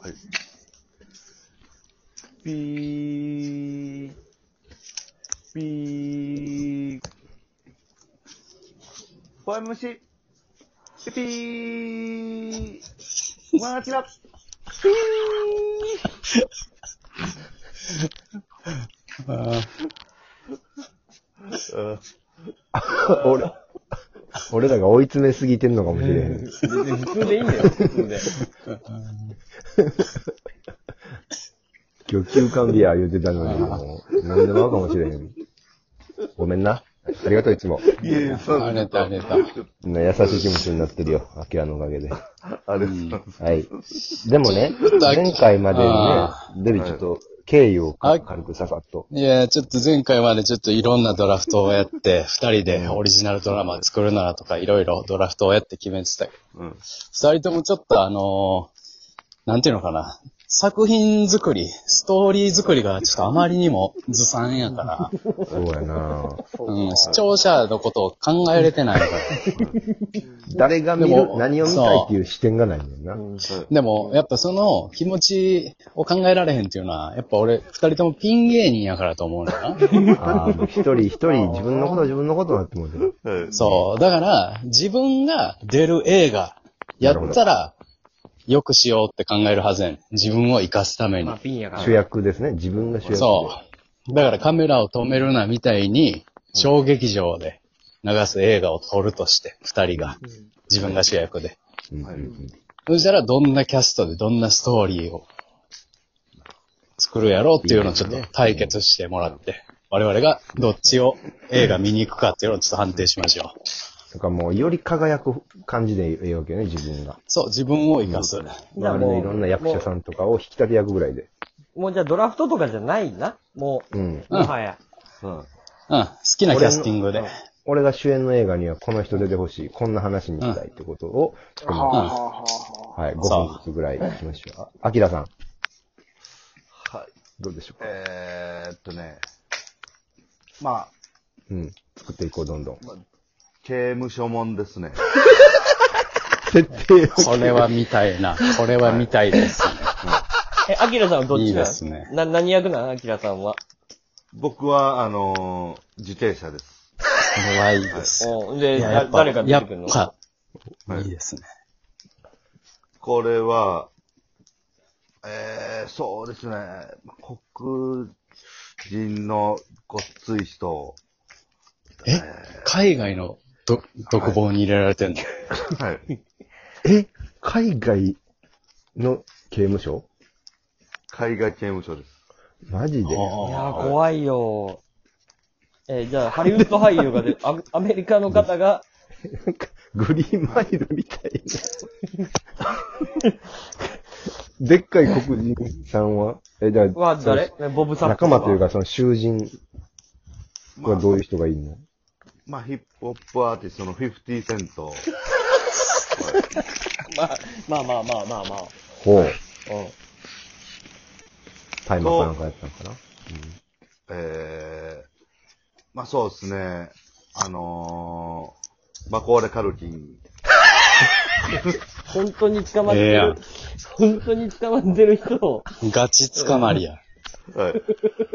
はい。ピー。ピー。ポエムシ。ピピー。マーキラ。ピー。俺らが追い詰めすぎてんのかもしれへん。 普通でいいんだよ、普通で。 今日休館日や言うてたのに、もう、何でも合うかもしれへん。ごめんな。ありがとう、いつも。 いやいや、そうありがとう、ありがとう。 優しい気持ちになってるよ、アキラのおかげで。 あれです。 はい。でもね、前回までにね、デビちょっと、経緯を軽くささっと。 いや、ちょっと前回までちょっといろんなドラフトをやって、二人でオリジナルドラマ作るならとかいろいろドラフトをやって決めてたけど、二人ともちょっとなんていうのかな、作品作り、ストーリー作りがちょっとあまりにもずさんやから、 そうやな視聴者のことを考えれてないから。 誰が見る、何を見たいっていう視点がないんだよな。 でも、やっぱその気持ちを考えられへんっていうのは、やっぱ俺、二人ともピン芸人やからと思うんだな。 ああ、もう一人一人自分のことなって思ってる。 そう。だから、自分が出る映画やったら、よくしようって考えるはずやねん。自分を生かすために。 まあ、ピンやから。 主役ですね。自分が主役で。 そう。だからカメラを止めるなみたいに、小劇場で流す映画を撮るとして、二人が。自分が主役で。そしたらどんなキャストでどんなストーリーを作るやろうっていうのをちょっと対決してもらって、我々がどっちを映画見に行くかっていうのをちょっと判定しましょう。 だからもうより輝く感じでいいわけよね、自分が。 そう、自分を生かす。 周りのいろんな役者さんとかを引き立て役ぐらいで。 もうじゃあドラフトとかじゃないな。もう、もはや。 好きなキャスティングで。 俺が主演の映画にはこの人出てほしい、こんな話にしたいってことを、はい、5分ずつぐらいしましょう。アキラさん。 はい。 どうでしょうか。 まあ。 作っていこう、どんどん。 刑務所もんですね。 設定これは見たいな。これは見たいですね。 アキラさんはどっちなの？ いいですね。 何役なのアキラさんは。 僕は、受刑者です。 これはいいです。 で、誰が出てくるの？ いいですね。 これは、そうですね。黒人のごっつい人。 海外の独房に入れられてんの？ はい。 海外の刑務所？ 海外刑務所です。 マジで？いや怖いよ。じゃあ、ハリウッド俳優がアメリカの方が、 グリーンマイルみたいな。でっかい黒人さんはじゃあ、 誰？ボブサップ。 仲間というか、その囚人はどういう人がいるの？ まあ、ヒップホップアーティストの50セント。 まあ。 ほう。タイマーかなんかやったのかな？ まあそうですね。マコーレ・カルキン。 本当に捕まってる。本当に捕まってる人を。 ガチ捕まりや。 はい。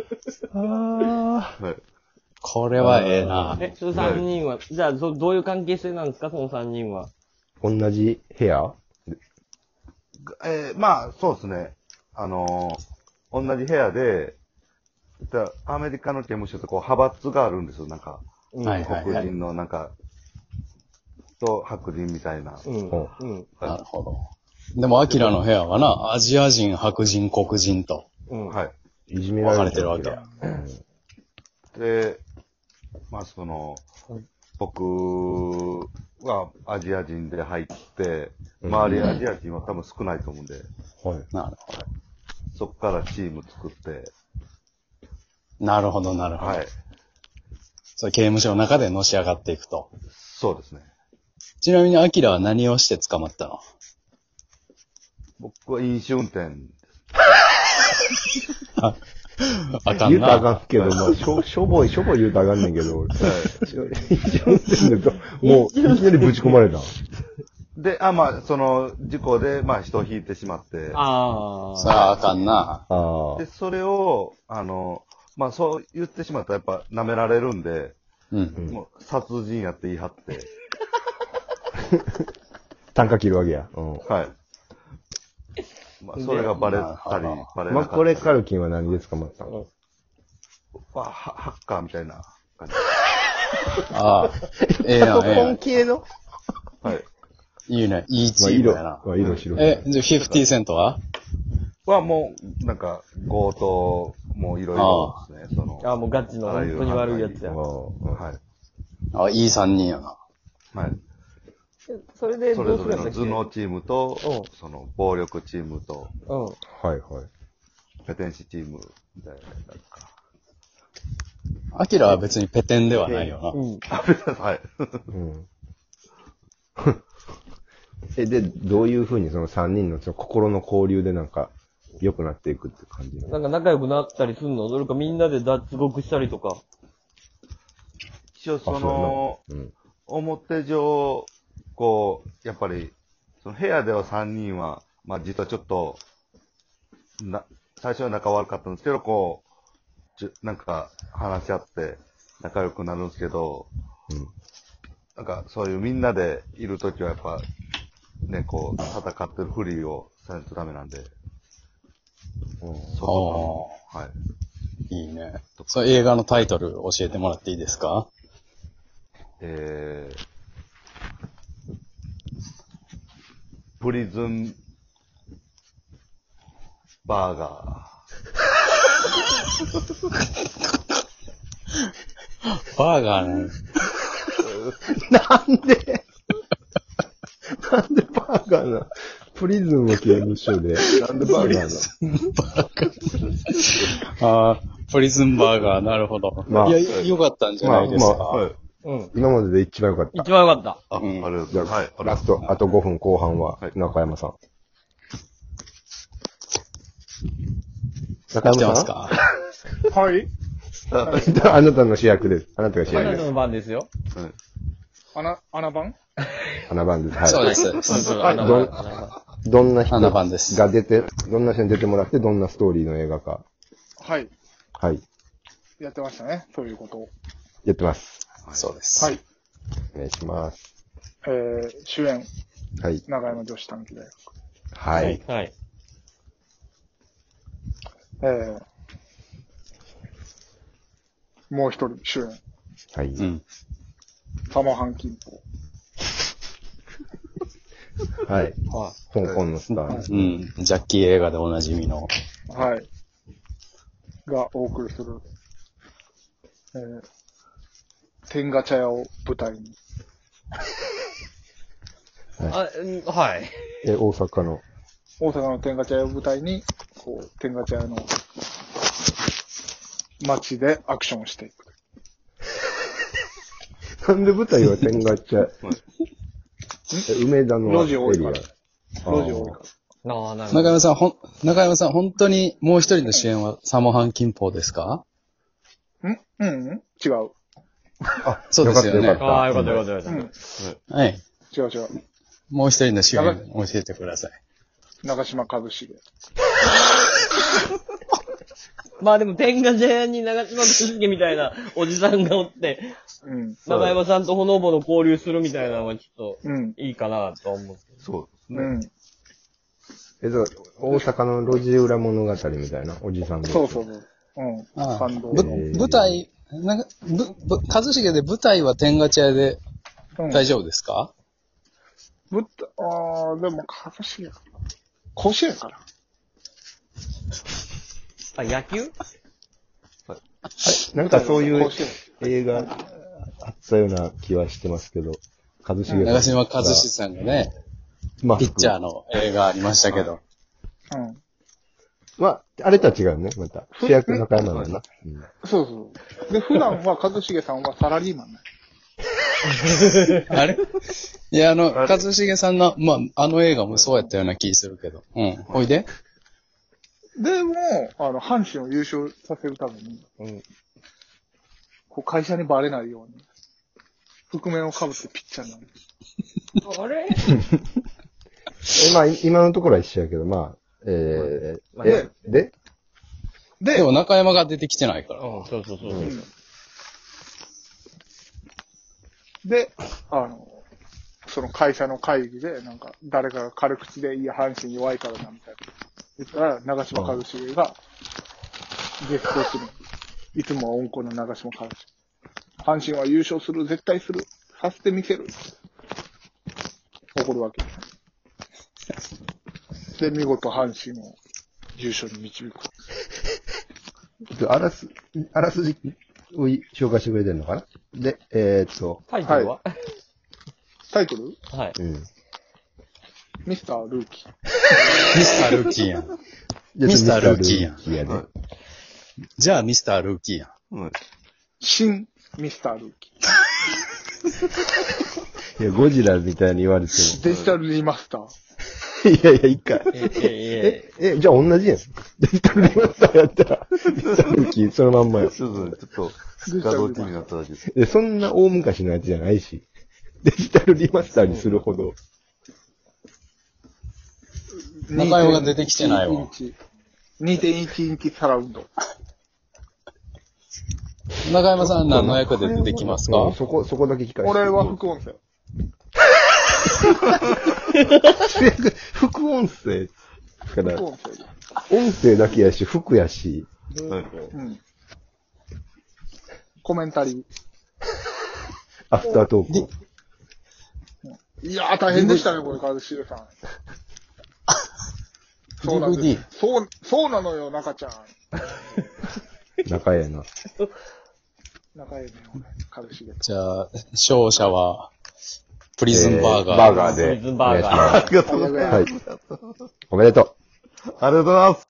はい。 これはええな。 その3人は、じゃあどういう関係性なんですか、その3人は。 同じ部屋？ まあ、そうですね。同じ部屋で、アメリカの刑務所ってこう派閥があるんですよ、なんか。黒人のなんか、と白人みたいな。 なるほど。でも、アキラの部屋はな、アジア人、白人、黒人と。 はい。 いじめられ分かれてるわけや。 で、まあ僕はアジア人で入って、周りアジア人は多分少ないと思うんで。 はい。 なるほど。 そこからチーム作って。 なるほど、なるほど。 はい。 それ刑務所の中でのし上がっていくと。 そうですね。 ちなみに、アキラは何をして捕まったの？ 僕は飲酒運転です。 あかんな。 言うたらあかんけど、まあ、しょぼい言うたらあかんねんけど、飲酒運転でもう、いきなりぶち込まれた。 で、その、事故で、人を引いてしまって、 ああ。 さあ、あかんな。 で、それを、そう言ってしまったらやっぱ舐められるんで、 うん。 もう殺人やって言い張って、 単価切るわけや。 はい。それがバレたり、バレなかったり。 マコレカルキンは何で捕まったの？ ハッカーみたいな感じ。 ああ。ええな、ええ本な。 系の？ はい。 いいね。いいチームやな。 色白い。 じゃあ50セントはもう、強盗もいろいろですね。 もうガチの本当に悪いやつや。 はい。 いい3人やな。 はい。 それでそれぞれの頭脳チームと、暴力チームと、 はいはい。 ペテン師チームみたいな。 アキラは別にペテンではないよな。 はい。 で、どういうふうにその3人の心の交流で良くなっていくって感じなの？ 仲良くなったりするの？それかみんなで脱獄したりとか。 一応表上、やっぱり、その部屋では3人は、実はちょっと、最初は仲悪かったんですけど、話し合って仲良くなるんですけど、そういうみんなでいるときはやっぱ、ね、戦ってるふりをさないとダメなんで。 はい。いいね。それ映画のタイトル教えてもらっていいですか？ プリズンバーガー。バーガーね。 なんでバーガーな？プリズンの刑務所で、なんでバーガーな？ プリズンバーガー、なるほど。いや、良かったんじゃないですか。 今までで一番良かった。 一番良かった。 ありがとうございます。はい。 ラスト、あと5分後半は、中山さん。 中山さんか？ はい。 あなたの主役です。あなたが主役です。 あなたの番ですよ。 穴番？ 穴番です。はい。 そうです。 どんな人が出て、どんな人に出てもらって、どんなストーリーの映画か。 はい。 はい。 やってましたね。そういうことを。 やってます。 そうです。 はい。 お願いします。 主演。 はい。 長山女子短期大学。 はい。 はい。 もう一人主演。 はい。 サモハンキンポ。はい。香港のスター。 ジャッキー映画でおなじみの。 はい。がお送りする、天ガチャ屋を舞台に。 はい。 大阪の天ガチャ屋を舞台に、天ガチャ屋の街でアクションをしていく。 なんで舞台は天ガチャ、梅田の路地多いから。路地多いから。 中山さん、本当にもう一人の主演はサモハンキンポーですか？ 違う。 そうですよね。 よかった。 はい。 違う。 もう一人の主演教えてください。 長嶋一茂。 でも、天下茶屋に長嶋一茂みたいなおじさんがおって、中山さんとほのぼの交流するみたいなのはちょっと、いいかなと思う。 そうですね。 大阪の路地裏物語みたいなおじさんで。 そう。感動。 舞台、一茂で舞台は天下茶屋で大丈夫ですか？ でも一茂か。甲子園かな。 野球？ なんかそういう映画あったような気はしてますけど、 長嶋一茂さんがね、ピッチャーの映画ありましたけど。 あれとは違うね、また。主役中山だな。 そう。で、普段は一茂さんはサラリーマンね。 あれいや、一茂さんの、あの映画もそうやったような気するけど。ほいででも、阪神を優勝させるために、会社にバレないように、覆面を被ってピッチャーになる。 あれまあ、今のところは一緒やけど、まあ、でも中山が出てきてないから。 うん、そう。 で、その会社の会議で、なんか、誰かが軽口で、いや、阪神弱いからな、みたいな。言ったら、長嶋一茂が、激高する。いつもは温厚な長嶋一茂。阪神は優勝する、絶対する。させてみせる。怒るわけです。で、見事阪神を優勝に導く。 あらすじを紹介してくれてるのかなで、 タイトルは、 タイトルはい。 ミスタールーキー。 ミスタールーキーやん。ミスタールーキーやん。じゃあミスタールーキーやん。 新ミスタールーキー。いや、ゴジラみたいに言われても。 デジタルリマスター。 いや、一回。じゃあ同じやん。デジタルリマスターやったら、ミスタールーキーそのまんまや。 ちょっと、画像的になっただけで。そんな大昔のやつじゃないし、デジタルリマスターにするほど。 中山が出てきてないわ。 2.1 インチサラウンド。 中山さん何の役で出てきますか？ そこだけ聞かせて。 俺は副音声。 副音声から、 副音声。 音声だけやし、副やし。 コメンタリー。 アフタートーク。 いやー大変でしたね、これ、一茂さん。そうなんです。そうなのよ、中ちゃん。 仲ええな。 仲ええね、俺、一茂。 じゃあ、勝者は、プリズンバーガー。 バーガーで。 プリズンバーガー。 ありがとうございます。はい。おめでとう。 ありがとうございます。